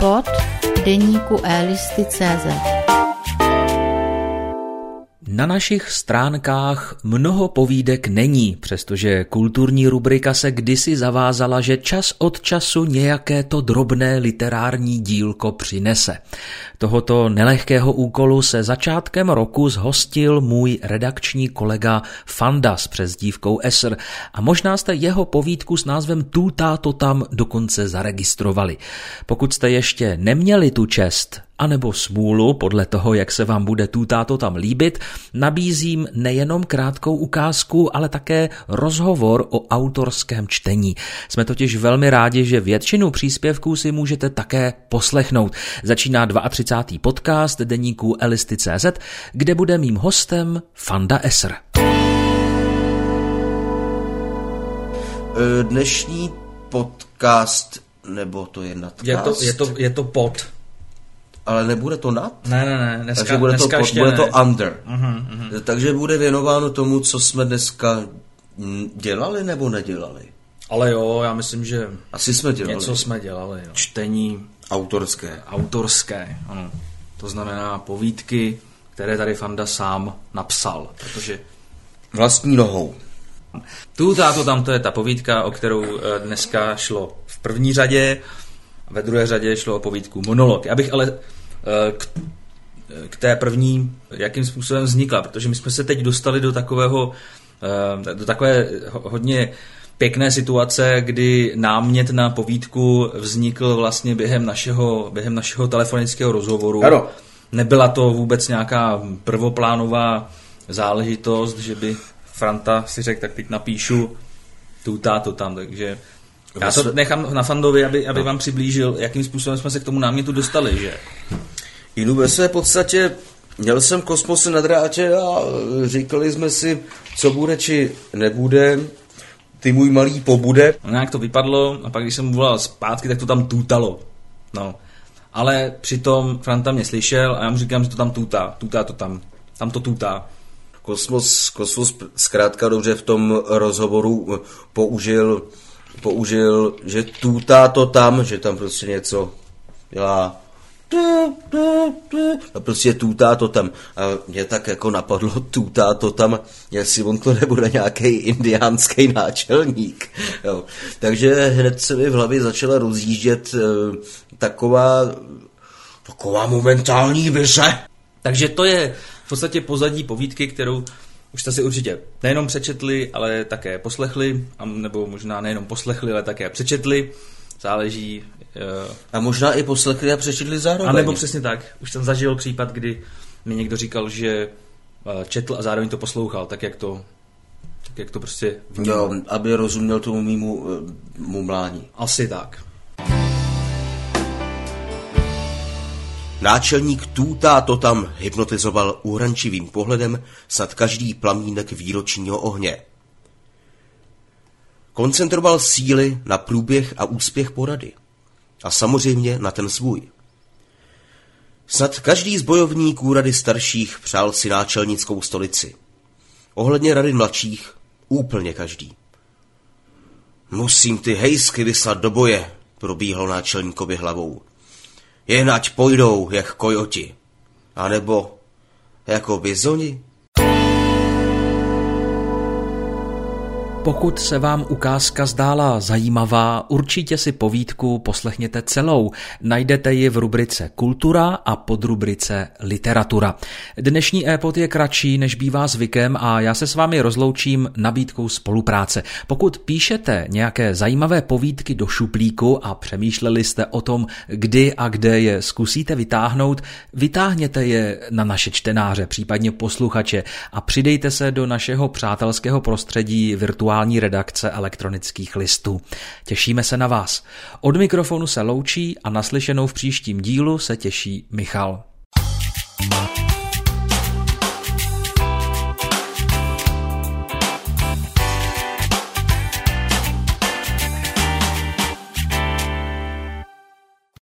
e-pod deníku elisty.cz. Na našich stránkách mnoho povídek není, přestože kulturní rubrika se kdysi zavázala, že čas od času nějaké to drobné literární dílko přinese. Tohoto nelehkého úkolu se začátkem roku zhostil můj redakční kolega Fanda s přezdívkou Esr a možná jste jeho povídku s názvem Tu, táto, tam dokonce zaregistrovali. Pokud jste ještě neměli tu čest, anebo smůlu, podle toho, jak se vám bude Tu, táto, tam líbit, nabízím nejenom krátkou ukázku, ale také rozhovor o autorském čtení. Jsme totiž velmi rádi, že většinu příspěvků si můžete také poslechnout. Začíná 32. podcast deníku elisty.cz, kde bude mým hostem Fanda Esr. Dnešní podcast, nebo to je nadcast? Je to pod. Ale nebude to nad? Ne, dneska, takže bude dneska to pod, bude ne. To under. Takže bude věnováno tomu, co jsme dneska dělali nebo nedělali? Ale jo, já myslím, že asi jsme dělali. Něco jsme dělali. Jo. Čtení autorské, ano. To znamená povídky, které tady Fanda sám napsal, protože vlastní nohou. Tu, táto, tam, to je ta povídka, o kterou dneska šlo v první řadě, ve druhé řadě šlo o povídku Monolog. Já bych ale k té první, jakým způsobem vznikla, protože my jsme se teď dostali do takové hodně pěkné situace, kdy námět na povídku vznikl vlastně během našeho telefonického rozhovoru. Ano. Nebyla to vůbec nějaká prvoplánová záležitost, že by Franta si řekl, tak teď napíšu Tu, táto, tam, takže já to nechám na Fandovi, aby vám přiblížil, jakým způsobem jsme se k tomu námětu dostali, že? Jinou ve své podstatě měl jsem Kosmose na drátě a říkali jsme si, co bude či nebude, ty můj malý pobude. No, nějak to vypadlo a pak když jsem mu volal zpátky, tak to tam tutalo. No. Ale přitom Franta mě slyšel a já mu říkám, že to tam tutá to tam to tutá. Kosmos zkrátka dobře v tom rozhovoru použil, že tutá to tam, že tam prostě něco dělá a prostě tutá to tam. A mě tak jako napadlo tutá to tam, jestli on to nebude nějaký indiánský náčelník. Jo. Takže hned se mi v hlavě začala rozjíždět taková momentální vize. Takže to je v podstatě pozadí povídky, kterou už jste si určitě nejenom přečetli, ale také poslechli, nebo možná nejenom poslechli, ale také přečetli. Záleží. A možná i poslechli a přečetli zároveň. A nebo přesně tak. Už jsem zažil případ, kdy mi někdo říkal, že četl a zároveň to poslouchal, tak jak to prostě vnímal. Jo, aby rozuměl tomu mýmu mumlání. Asi tak. Náčelník Tu, táto, tam hypnotizoval úhrančivým pohledem snad každý plamínek výročního ohně. Koncentroval síly na průběh a úspěch porady. A samozřejmě na ten svůj. Snad každý z bojovníků rady starších přál si náčelnickou stolici. Ohledně rady mladších úplně každý. Musím ty hejsky vyslat do boje, probíhlo náčelníkovi hlavou. Jen ať pojdou jak kojoti, anebo jako bizoni. Pokud se vám ukázka zdála zajímavá, určitě si povídku poslechněte celou. Najdete ji v rubrice Kultura a podrubrice Literatura. Dnešní e-pod je kratší, než bývá zvykem a já se s vámi rozloučím nabídkou spolupráce. Pokud píšete nějaké zajímavé povídky do šuplíku a přemýšleli jste o tom, kdy a kde je zkusíte vytáhnout, vytáhněte je na naše čtenáře, případně posluchače a přidejte se do našeho přátelského prostředí virtuální redakce elektronických listů. Těšíme se na vás. Od mikrofonu se loučí a naslyšenou v příštím dílu se těší Michal.